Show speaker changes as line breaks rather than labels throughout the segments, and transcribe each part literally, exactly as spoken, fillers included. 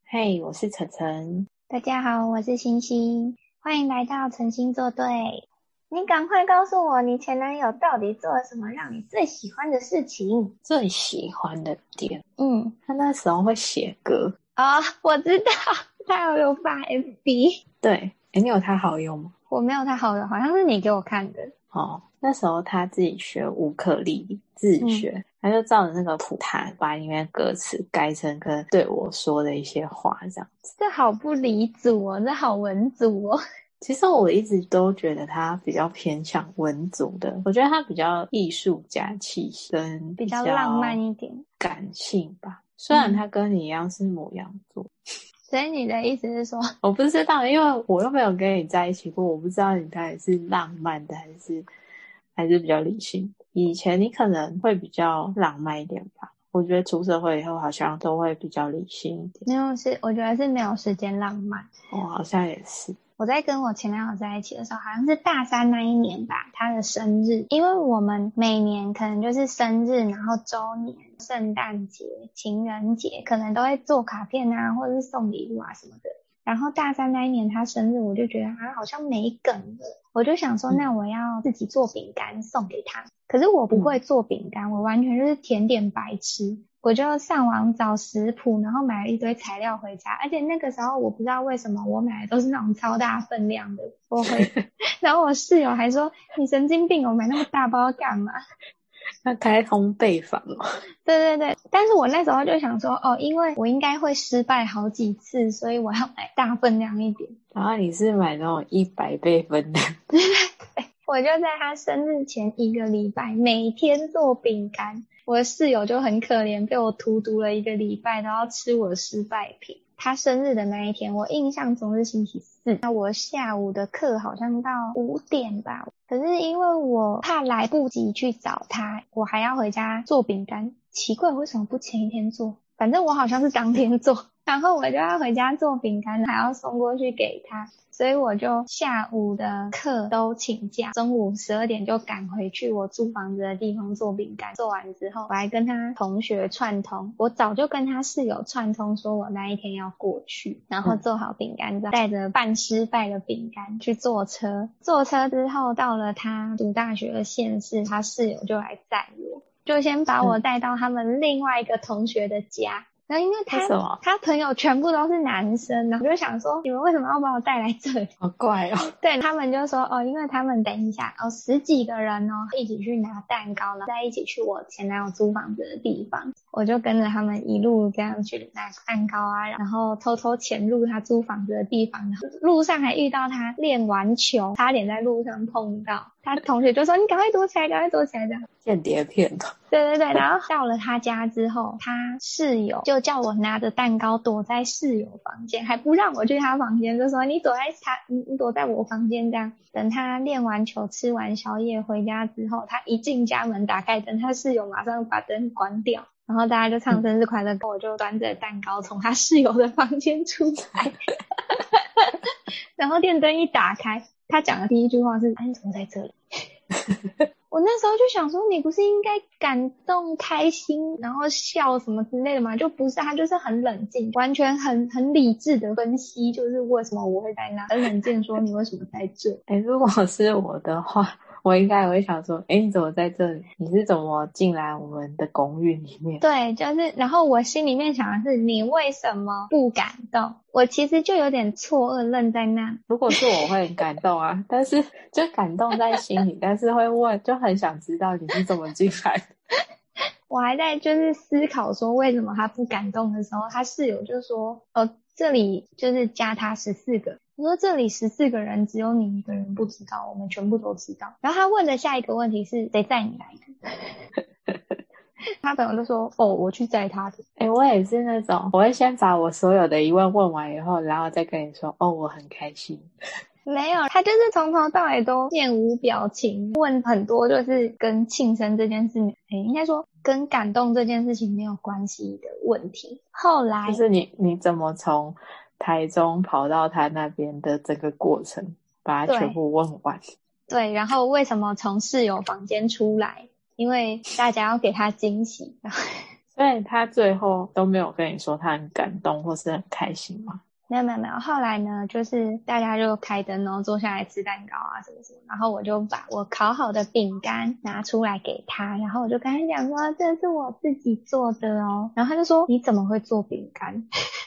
嘿，我是晨晨。
大家好，我是星星，欢迎来到晨星作对。你赶快告诉我，你前男友到底做了什么让你最喜欢的事情？
最喜欢的点，
嗯，
他那时候会写歌。
哦，我知道，他有发 F B。
对，诶，你有他好友吗？
我没有他好友，好像是你给我看的。
哦，那时候他自己学乌克丽丽，自学，嗯、他就照着那个谱弹，把里面歌词改成可能对我说的一些话，这样子。
这好不离组哦，这好文组哦。
其实我一直都觉得他比较偏向文组的，我觉得他比较艺术家气息，跟
比较浪漫一点，
感性吧。虽然他跟你一样是牡羊座。嗯，
所以你的意思是说，
我不知道，因为我又没有跟你在一起过，我不知道你到底是浪漫的还是还是比较理性。以前你可能会比较浪漫一点吧，我觉得出社会以后好像都会比较理性一点。
没有是，我觉得是没有时间浪漫。
哦，好像也是。
我在跟我前男友在一起的时候，好像是大三那一年吧，他的生日，因为我们每年可能就是生日，然后周年、圣诞节、情人节，可能都会做卡片啊，或者是送礼物啊什么的。然后大三那一年他生日，我就觉得他好像没梗了，我就想说，那我要自己做饼干送给他。可是我不会做饼干，我完全就是甜点白痴。我就上网找食谱，然后买了一堆材料回家，而且那个时候我不知道为什么我买的都是那种超大分量的，我回，然后我室友还说你神经病，我买那么大包干嘛？
那开烘焙坊哦。
对对对，但是我那时候就想说，哦，因为我应该会失败好几次，所以我要买大分量一点。
然后你是买那种一百倍分量？
对对对，我就在他生日前一个礼拜每天做饼干。我的室友就很可怜，被我荼毒了一个礼拜，然后吃我的失败品。他生日的那一天，我印象中是星期四，那我下午的课好像到五点吧。可是因为我怕来不及去找他，我还要回家做饼干。奇怪，为什么不前一天做？反正我好像是当天做，然后我就要回家做饼干，还要送过去给他。所以我就下午的课都请假，中午十二点就赶回去我租房子的地方做饼干。做完之后，我还跟他同学串通，我早就跟他室友串通，说我那一天要过去，然后做好饼干之后，带着半失败的饼干去坐车。坐车之后到了他读大学的县市，他室友就来载我，就先把我带到他们另外一个同学的家。然后因为他他朋友全部都是男生，然后我就想说你们为什么要把我带来这里？
好怪哦。
对，他们就说哦，因为他们等一下哦十几个人哦一起去拿蛋糕，然后再一起去我前男友租房子的地方。我就跟着他们一路这样去拿蛋糕啊，然后偷偷潜入他租房子的地方，路上还遇到他练完球，差点在路上碰到。他同学就说你赶快躲起来，赶快躲起来这样。
间谍片的。
对对对，然后到了他家之后，他室友就叫我拿着蛋糕躲在室友房间，还不让我去他房间，就说你躲在他你你躲在我房间这样。等他练完球吃完宵夜回家之后，他一进家门打开灯，他室友马上把灯关掉，然后大家就唱生日快乐歌，我就端着蛋糕从他室友的房间出来然后电灯一打开，他讲的第一句话是：“哎，你怎么在这里？”我那时候就想说，你不是应该感动、开心，然后笑什么之类的吗？就不是，他就是很冷静，完全很很理智的分析，就是为什么我会在那，很冷静说你为什么在这。
诶，如果是我的话，我应该也会想说，诶，你怎么在这里？你是怎么进来我们的公寓里面？
对，就是，然后我心里面想的是，你为什么不感动？我其实就有点错愕，愣在那。
如果是我会很感动啊，但是就感动在心里，但是会问，就很想知道你是怎么进来的。
我还在就是思考说为什么他不感动的时候，他室友就说，哦，这里就是加他十四个。我说这里十四个人只有你一个人不知道，我们全部都知道。然后他问的下一个问题是谁载你来的？他朋友就说哦，我去载他的。
诶、欸、我也是那种，我会先把我所有的疑问问完以后，然后再跟你说哦，我很开心。
没有，他就是从头到尾都面无表情，问很多就是跟庆生这件事，诶，应该说跟感动这件事情没有关系的问题。后来
就是你你怎么从台中跑到他那边的这个过程，把它全部问完。
对，然后为什么从室友房间出来？因为大家要给他惊喜。
所以他最后都没有跟你说他很感动或是很开心吗？
没有没有没有，后来呢，就是大家就开灯哦，坐下来吃蛋糕啊什么什么，然后我就把我烤好的饼干拿出来给他，然后我就跟他讲说这是我自己做的哦，然后他就说你怎么会做饼干？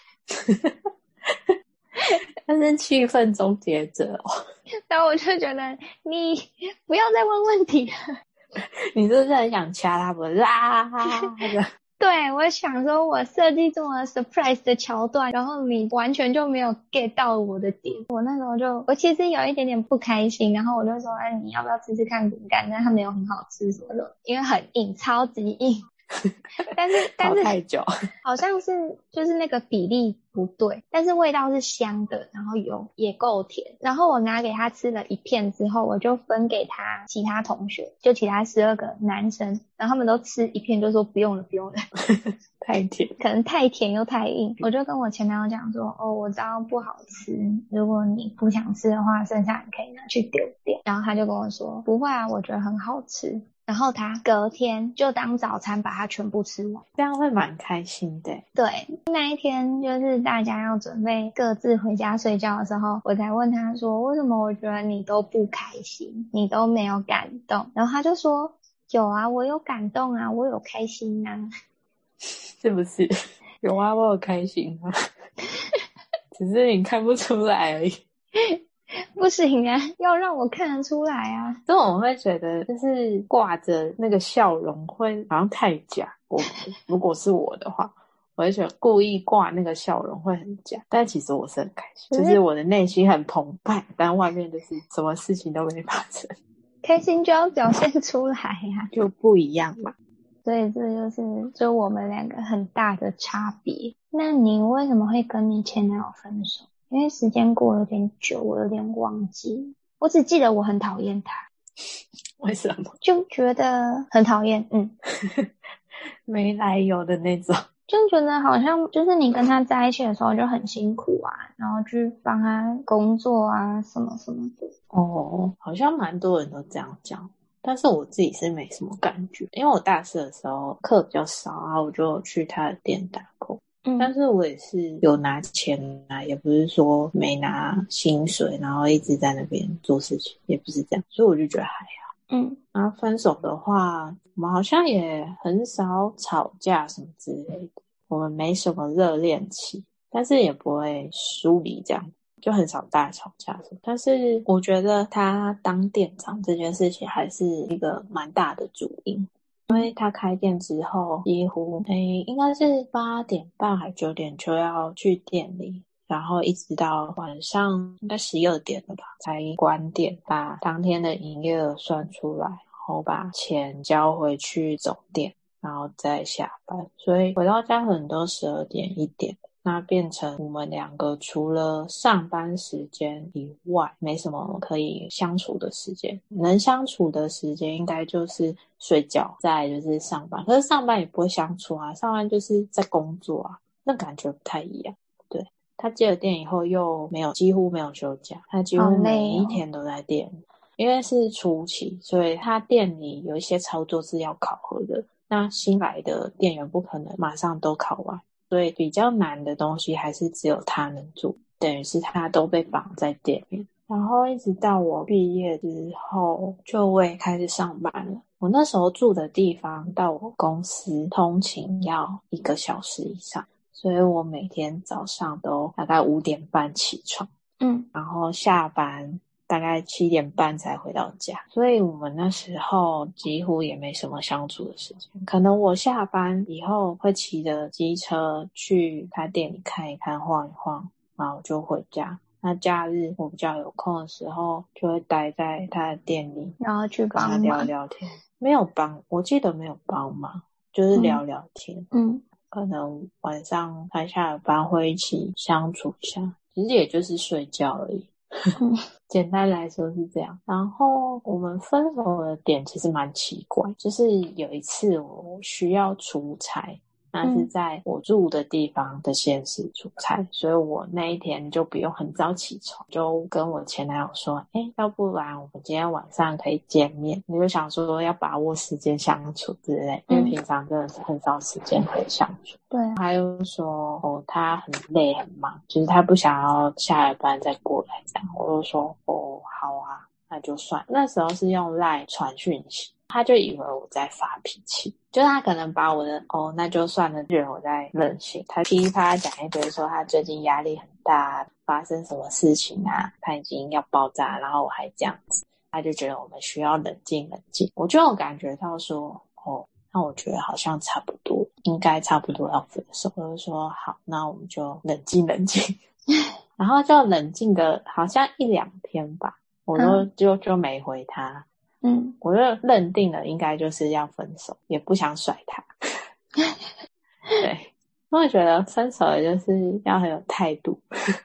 他是气氛终结者哦。
然后我就觉得你不要再问问题了。
你是不是很想掐他脖子啊？
对，我想说我设计这么 surprise 的桥段，然后你完全就没有 get 到我的点。我那时候就我其实有一点点不开心，然后我就说哎，你要不要吃吃看饼干？但它没有很好吃什么的，因为很硬，超级硬。但是但是
太久
好像是就是那个比例不对，但是味道是香的，然后油也够甜。然后我拿给他吃了一片之后，我就分给他其他同学，就其他十二个男生，然后他们都吃一片就说不用了不用了。
太甜，
可能太甜又太硬。我就跟我前男友讲说，哦，我知道不好吃，如果你不想吃的话，剩下你可以拿去丢掉。然后他就跟我说不会啊，我觉得很好吃。然后他隔天就当早餐把它全部吃完，
这样会蛮开心的。
对，那一天就是大家要准备各自回家睡觉的时候，我才问他说为什么我觉得你都不开心，你都没有感动。然后他就说有啊，我有感动啊，我有开心啊。
是不是？有啊，我有开心啊。只是你看不出来而已。
不行啊，要让我看得出来啊。
所以我会觉得就是挂着那个笑容会好像太假。我如果是我的话，我会觉得故意挂那个笑容会很假，但其实我是很开心，就是我的内心很澎湃，但外面就是什么事情都没发生。
开心就要表现出来呀、啊，
就不一样嘛。
所以这就是就我们两个很大的差别。那你为什么会跟你前男友分手？因为时间过了有点久，我有点忘记，我只记得我很讨厌他。
为什么？
就觉得很讨厌，嗯，
没来由的那种。
就觉得好像就是你跟他在一起的时候就很辛苦啊，然后去帮他工作啊什么什么的。
哦，好像蛮多人都这样讲，但是我自己是没什么感觉，因为我大四的时候课比较少，然后我就去他的店打工。嗯，但是我也是有拿钱啊，也不是说没拿薪水，然后一直在那边做事情，也不是这样，所以我就觉得还好。嗯，然后分手的话，我们好像也很少吵架什么之类的，我们没什么热恋期，但是也不会疏离这样，就很少大吵架什么。但是我觉得他当店长这件事情还是一个蛮大的主因。因为他开店之后几乎诶应该是八点半还九点就要去店里，然后一直到晚上应该十二点了吧才关店，把当天的营业额算出来，然后把钱交回去总店，然后再下班。所以回到家很多十二点一点，那变成我们两个除了上班时间以外没什么可以相处的时间，能相处的时间应该就是睡觉，再来就是上班。可是上班也不会相处啊，上班就是在工作啊，那感觉不太一样。对，他接了店以后又没有几乎没有休假，他几乎每一天都在店里，因为是初期，所以他店里有一些操作是要考核的，那新来的店员不可能马上都考完，所以比较难的东西还是只有他能做，等于是他都被绑在店面。然后一直到我毕业之后，就我也开始上班了。我那时候住的地方到我公司通勤要一个小时以上，所以我每天早上都大概五点半起床，嗯，然后下班大概七点半才回到家，所以我们那时候几乎也没什么相处的时间。可能我下班以后会骑着机车去他店里看一看晃一晃，然后就回家。那假日我比较有空的时候就会待在他的店里，
然后去帮忙
跟他聊聊天。没有帮，我记得没有帮忙，就是聊聊天。嗯，嗯可能晚上他下了班会一起相处一下，其实也就是睡觉而已。简单来说是这样。然后我们分手的点其实蛮奇怪，就是有一次我需要出差， 那是在我住的地方的县市出差，所以我那一天就不用很早起床，就跟我前男友说，诶，要不然我们今天晚上可以见面。我就想说要把握时间相处之类，因为平常真的是很少时间可以相处。
对，
他又说哦，他很累很忙，就是他不想要下了班再过来这样。我就说哦，好啊，那就算。那时候是用 LINE 传讯息，他就以为我在发脾气，就是他可能把我的哦那就算了，觉得我在任性。他噼里啪啦讲一堆说他最近压力很大，发生什么事情啊，他已经要爆炸，然后我还这样子，他就觉得我们需要冷静冷静。我就有感觉到说哦，那我觉得好像差不多，应该差不多要分手。我就说好，那我们就冷静冷静。然后就冷静的好像一两天吧，我就、嗯、就就没回他。嗯，我就认定了应该就是要分手，也不想甩他。对，我会觉得分手就是要很有态度。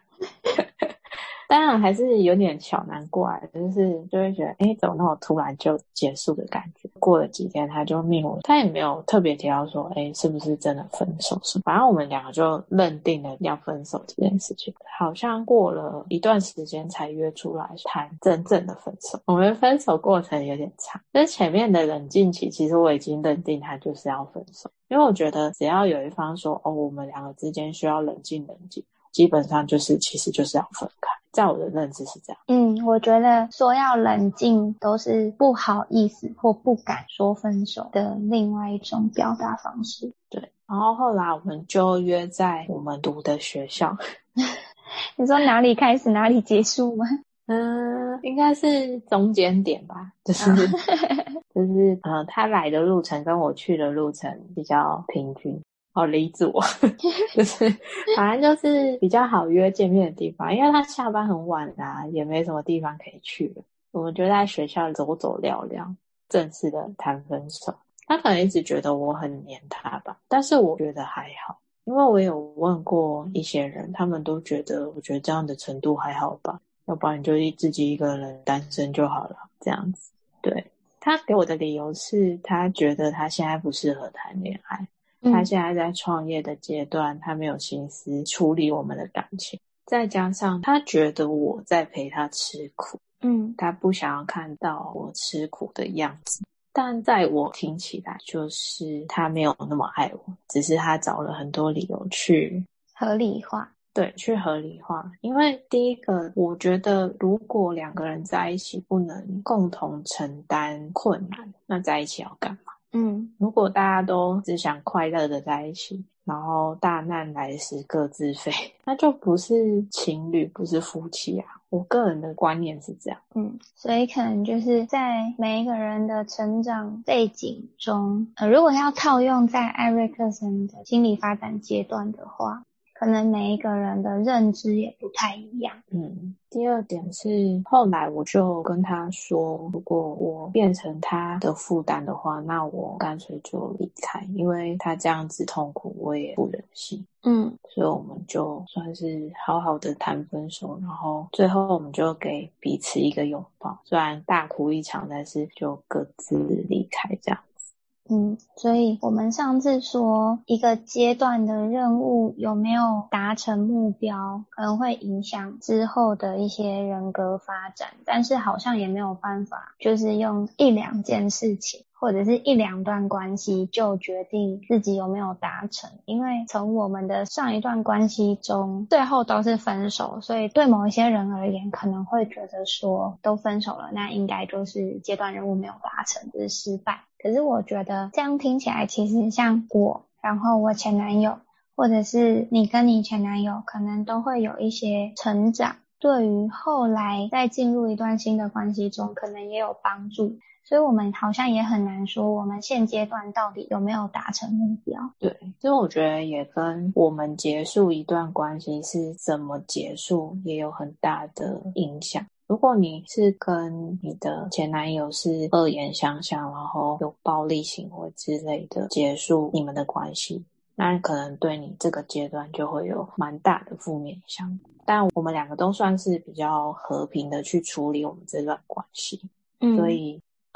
当然还是有点小难过来，就是就会觉得诶怎么那么突然就结束的感觉。过了几天他就命我，他也没有特别提到说诶是不是真的分手，反正我们两个就认定了要分手这件事情。好像过了一段时间才约出来谈真正的分手。我们分手过程有点长，但是前面的冷静期其实我已经认定他就是要分手，因为我觉得只要有一方说哦我们两个之间需要冷静冷静，基本上就是其实就是要分开，在我的认知是这样。
嗯，我觉得说要冷静都是不好意思或不敢说分手的另外一种表达方式。
对，然后后来我们就约在我们读的学校。
你说哪里开始哪里结束吗？
嗯，应该是中间点吧，就是就是呃，他来的路程跟我去的路程比较平均。哦，离组就是反正就是比较好约见面的地方，因为他下班很晚啊，也没什么地方可以去了，我们就在学校走走聊聊，正式的谈分手。他可能一直觉得我很黏他吧，但是我觉得还好，因为我有问过一些人，他们都觉得我觉得这样的程度还好吧，要不然你就自己一个人单身就好了这样子。对，他给我的理由是他觉得他现在不适合谈恋爱，他现在在创业的阶段，他没有心思处理我们的感情，再加上他觉得我在陪他吃苦，嗯，他不想要看到我吃苦的样子。但在我听起来就是他没有那么爱我，只是他找了很多理由去
合理化。
对，去合理化。因为第一个，我觉得如果两个人在一起不能共同承担困难，那在一起要干嘛？嗯，如果大家都只想快乐的在一起，然后大难来时各自飞，那就不是情侣，不是夫妻啊。我个人的观念是这样。
嗯，所以可能就是在每一个人的成长背景中，呃，如果要套用在艾瑞克森的心理发展阶段的话，可能每一个人的认知也不太一样。
嗯，第二点是后来我就跟他说，如果我变成他的负担的话，那我干脆就离开，因为他这样子痛苦我也不忍心。嗯，所以我们就算是好好的谈分手，然后最后我们就给彼此一个拥抱，虽然大哭一场，但是就各自离开这样。
嗯，所以我们上次说一个阶段的任务有没有达成目标，可能会影响之后的一些人格发展，但是好像也没有办法，就是用一两件事情或者是一两段关系就决定自己有没有达成，因为从我们的上一段关系中最后都是分手，所以对某一些人而言可能会觉得说都分手了，那应该就是阶段任务没有达成，就是失败。可是我觉得这样听起来，其实像我，然后我前男友，或者是你跟你前男友，可能都会有一些成长，对于后来再进入一段新的关系中，可能也有帮助。所以我们好像也很难说我们现阶段到底有没有达成目标。
对，所以我觉得也跟我们结束一段关系是怎么结束也有很大的影响。如果你是跟你的前男友是恶言相向，然后有暴力行为之类的结束你们的关系，那可能对你这个阶段就会有蛮大的负面影响。但我们两个都算是比较和平的去处理我们这段关系，嗯，所以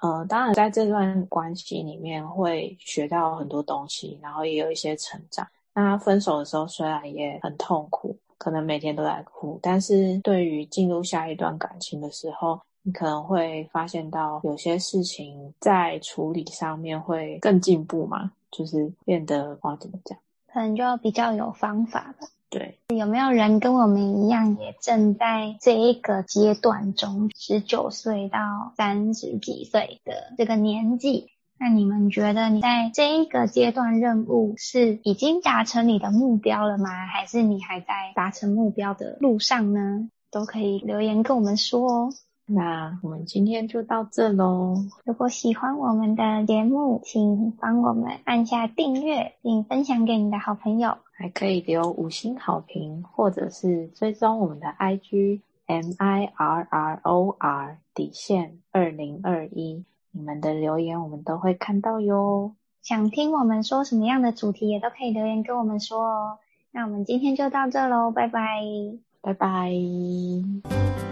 呃，当然在这段关系里面会学到很多东西，然后也有一些成长。那分手的时候虽然也很痛苦，可能每天都在哭，但是对于进入下一段感情的时候，你可能会发现到有些事情在处理上面会更进步嘛，就是变得不知道怎么讲，
可能就比较有方法吧。
对，
有没有人跟我们一样也正在这一个阶段中，十九岁到三十几岁的这个年纪？那你们觉得你在这一个阶段任务是已经达成你的目标了吗？还是你还在达成目标的路上呢？都可以留言跟我们说哦。
那我们今天就到这咯。
如果喜欢我们的节目，请帮我们按下订阅，并分享给你的好朋友。
还可以留五星好评，或者是追踪我们的 I G M I R R O R 底线二零二一，你们的留言我们都会看到哟。
想听我们说什么样的主题也都可以留言跟我们说哦。那我们今天就到这咯，拜拜。
拜拜。